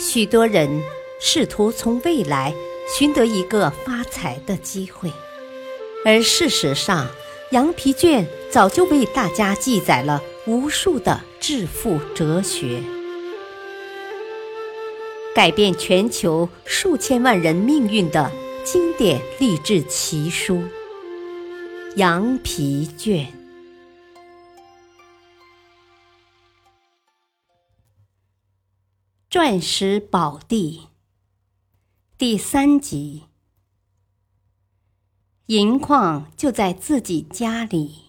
许多人试图从未来寻得一个发财的机会，而事实上，羊皮卷早就为大家记载了无数的致富哲学，改变全球数千万人命运的经典励志奇书《羊皮卷》。钻石宝地第3集，银矿就在自己家里。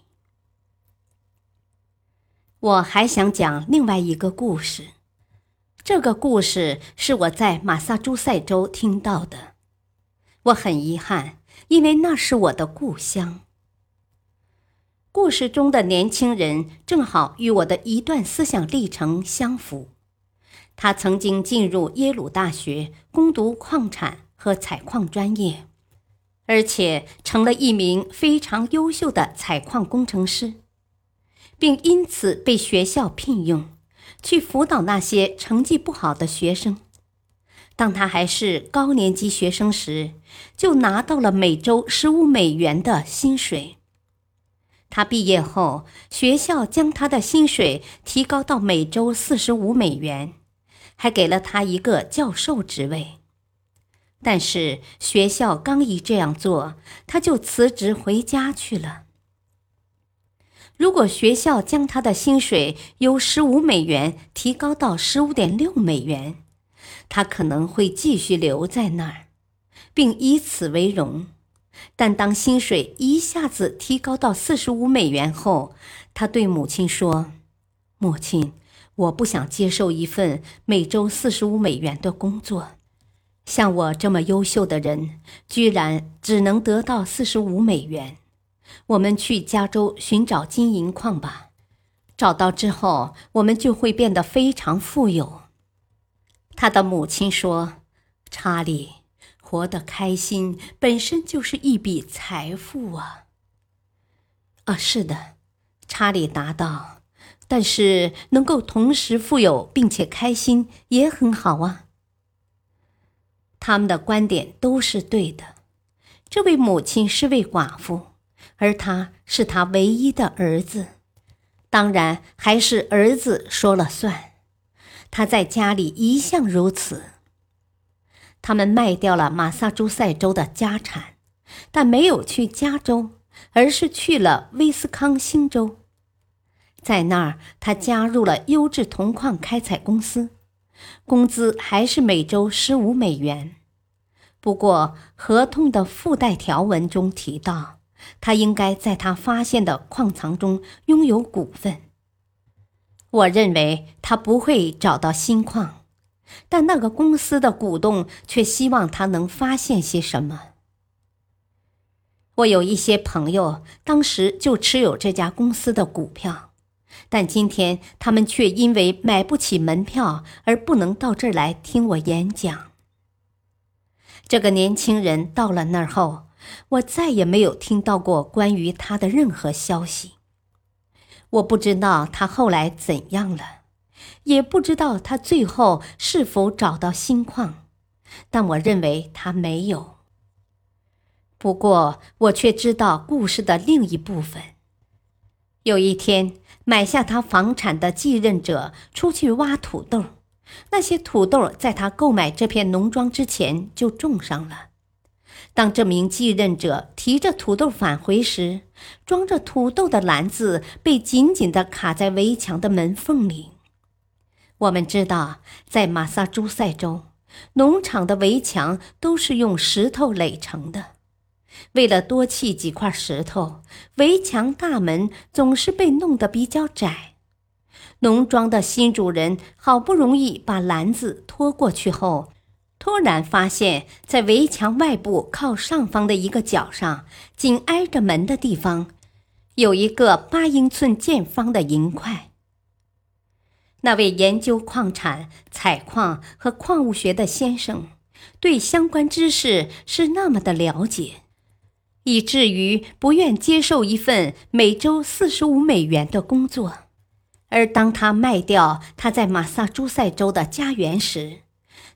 我还想讲另外一个故事，这个故事是我在马萨诸塞州听到的。我很遗憾，因为那是我的故乡。故事中的年轻人正好与我的一段思想历程相符。他曾经进入耶鲁大学攻读矿产和采矿专业，而且成了一名非常优秀的采矿工程师，并因此被学校聘用，去辅导那些成绩不好的学生。当他还是高年级学生时，就拿到了每周15美元的薪水。他毕业后，学校将他的薪水提高到每周45美元。还给了他一个教授职位，但是学校刚一这样做，他就辞职回家去了。如果学校将他的薪水由15美元提高到15.6美元，他可能会继续留在那儿，并以此为荣。但当薪水一下子提高到45美元后，他对母亲说：“母亲，我不想接受一份每周45美元的工作，像我这么优秀的人，居然只能得到45美元。我们去加州寻找金银矿吧，找到之后，我们就会变得非常富有。”他的母亲说：“查理，活得开心本身就是一笔财富啊。”是的，查理答道。但是能够同时富有并且开心也很好啊。他们的观点都是对的。这位母亲是位寡妇，而他是他唯一的儿子，当然还是儿子说了算。他在家里一向如此。他们卖掉了马萨诸塞州的家产，但没有去加州，而是去了威斯康星州。在那儿，他加入了优质铜矿开采公司，工资还是每周15美元。不过，合同的附带条文中提到，他应该在他发现的矿藏中拥有股份。我认为他不会找到新矿，但那个公司的股东却希望他能发现些什么。我有一些朋友当时就持有这家公司的股票，但今天他们却因为买不起门票而不能到这儿来听我演讲。这个年轻人到了那儿后，我再也没有听到过关于他的任何消息。我不知道他后来怎样了，也不知道他最后是否找到新矿，但我认为他没有。不过，我却知道故事的另一部分。有一天，买下他房产的继任者出去挖土豆，那些土豆在他购买这片农庄之前就种上了。当这名继任者提着土豆返回时，装着土豆的篮子被紧紧地卡在围墙的门缝里。我们知道，在马萨诸塞州，农场的围墙都是用石头垒成的。为了多砌几块石头，围墙大门总是被弄得比较窄。农庄的新主人好不容易把篮子拖过去后，突然发现在围墙外部靠上方的一个角上，紧挨着门的地方，有一个8英寸见方的银块。那位研究矿产、采矿和矿物学的先生，对相关知识是那么的了解，以至于不愿接受一份每周45美元的工作。而当他卖掉他在马萨诸塞州的家园时，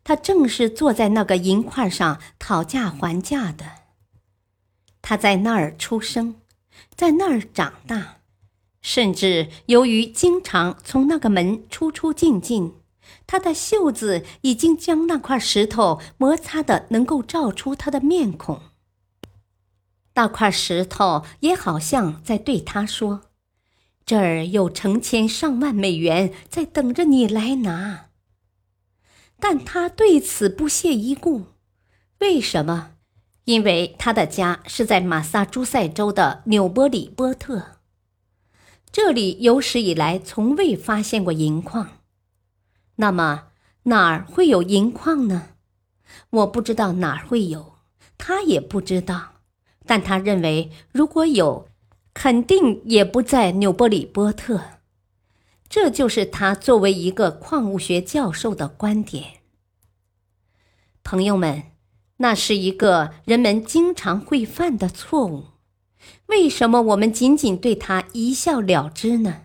他正是坐在那个银块上讨价还价的。他在那儿出生，在那儿长大，甚至由于经常从那个门出出进进，他的袖子已经将那块石头摩擦得能够照出他的面孔。那块石头也好像在对他说，这儿有成千上万美元在等着你来拿。但他对此不屑一顾。为什么？因为他的家是在马萨诸塞州的纽波里波特，这里有史以来从未发现过银矿。那么哪儿会有银矿呢？我不知道哪儿会有，他也不知道，但他认为如果有，肯定也不在纽波里波特。这就是他作为一个矿物学教授的观点。朋友们，那是一个人们经常会犯的错误。为什么我们仅仅对他一笑了之呢？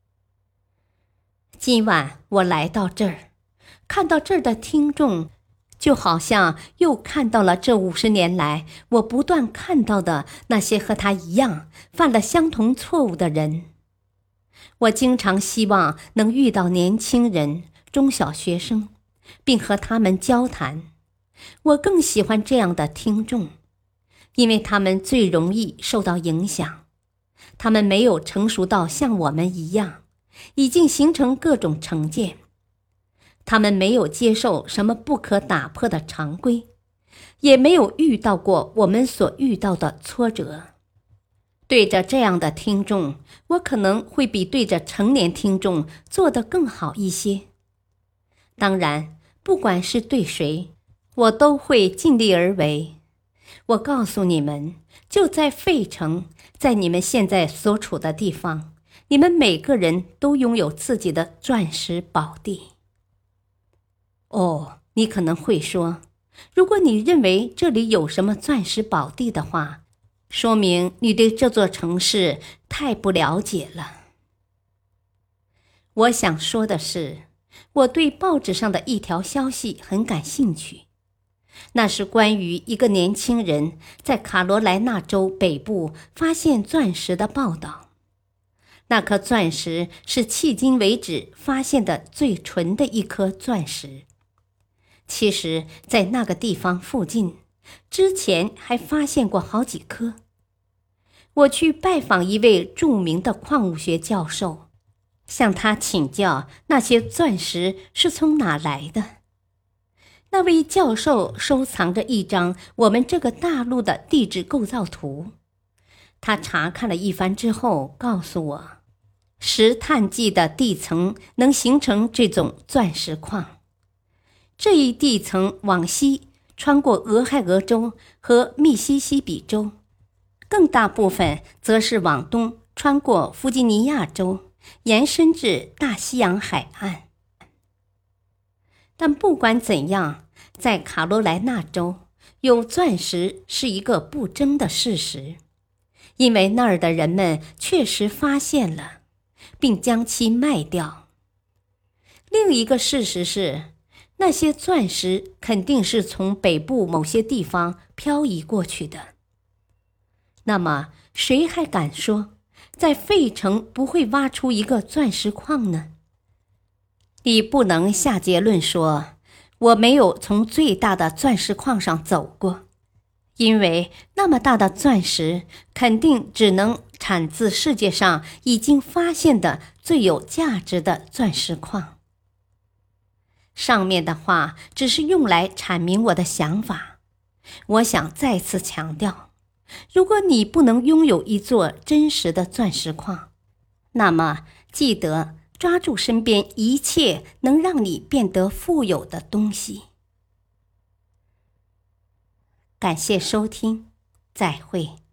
今晚我来到这儿，看到这儿的听众，就好像又看到了这50年来我不断看到的那些和他一样犯了相同错误的人。我经常希望能遇到年轻人、中小学生，并和他们交谈。我更喜欢这样的听众，因为他们最容易受到影响。他们没有成熟到像我们一样，已经形成各种成见。他们没有接受什么不可打破的常规，也没有遇到过我们所遇到的挫折。对着这样的听众，我可能会比对着成年听众做得更好一些。当然，不管是对谁，我都会尽力而为。我告诉你们，就在费城，在你们现在所处的地方，你们每个人都拥有自己的钻石宝地。哦，你可能会说，如果你认为这里有什么钻石宝地的话，说明你对这座城市太不了解了。我想说的是，我对报纸上的一条消息很感兴趣。那是关于一个年轻人在卡罗来纳州北部发现钻石的报道。那颗钻石是迄今为止发现的最纯的一颗钻石。其实，在那个地方附近，之前还发现过好几颗。我去拜访一位著名的矿物学教授，向他请教那些钻石是从哪来的。那位教授收藏着一张我们这个大陆的地质构造图，他查看了一番之后告诉我，石炭纪的地层能形成这种钻石矿。这一地层往西穿过俄亥俄州和密西西比州，更大部分则是往东穿过弗吉尼亚州，延伸至大西洋海岸。但不管怎样，在卡罗来纳州，有钻石是一个不争的事实，因为那儿的人们确实发现了，并将其卖掉。另一个事实是，那些钻石肯定是从北部某些地方漂移过去的。那么，谁还敢说，在费城不会挖出一个钻石矿呢？你不能下结论说，我没有从最大的钻石矿上走过，因为那么大的钻石肯定只能产自世界上已经发现的最有价值的钻石矿。上面的话只是用来阐明我的想法。我想再次强调，如果你不能拥有一座真实的钻石矿，那么记得抓住身边一切能让你变得富有的东西。感谢收听，再会。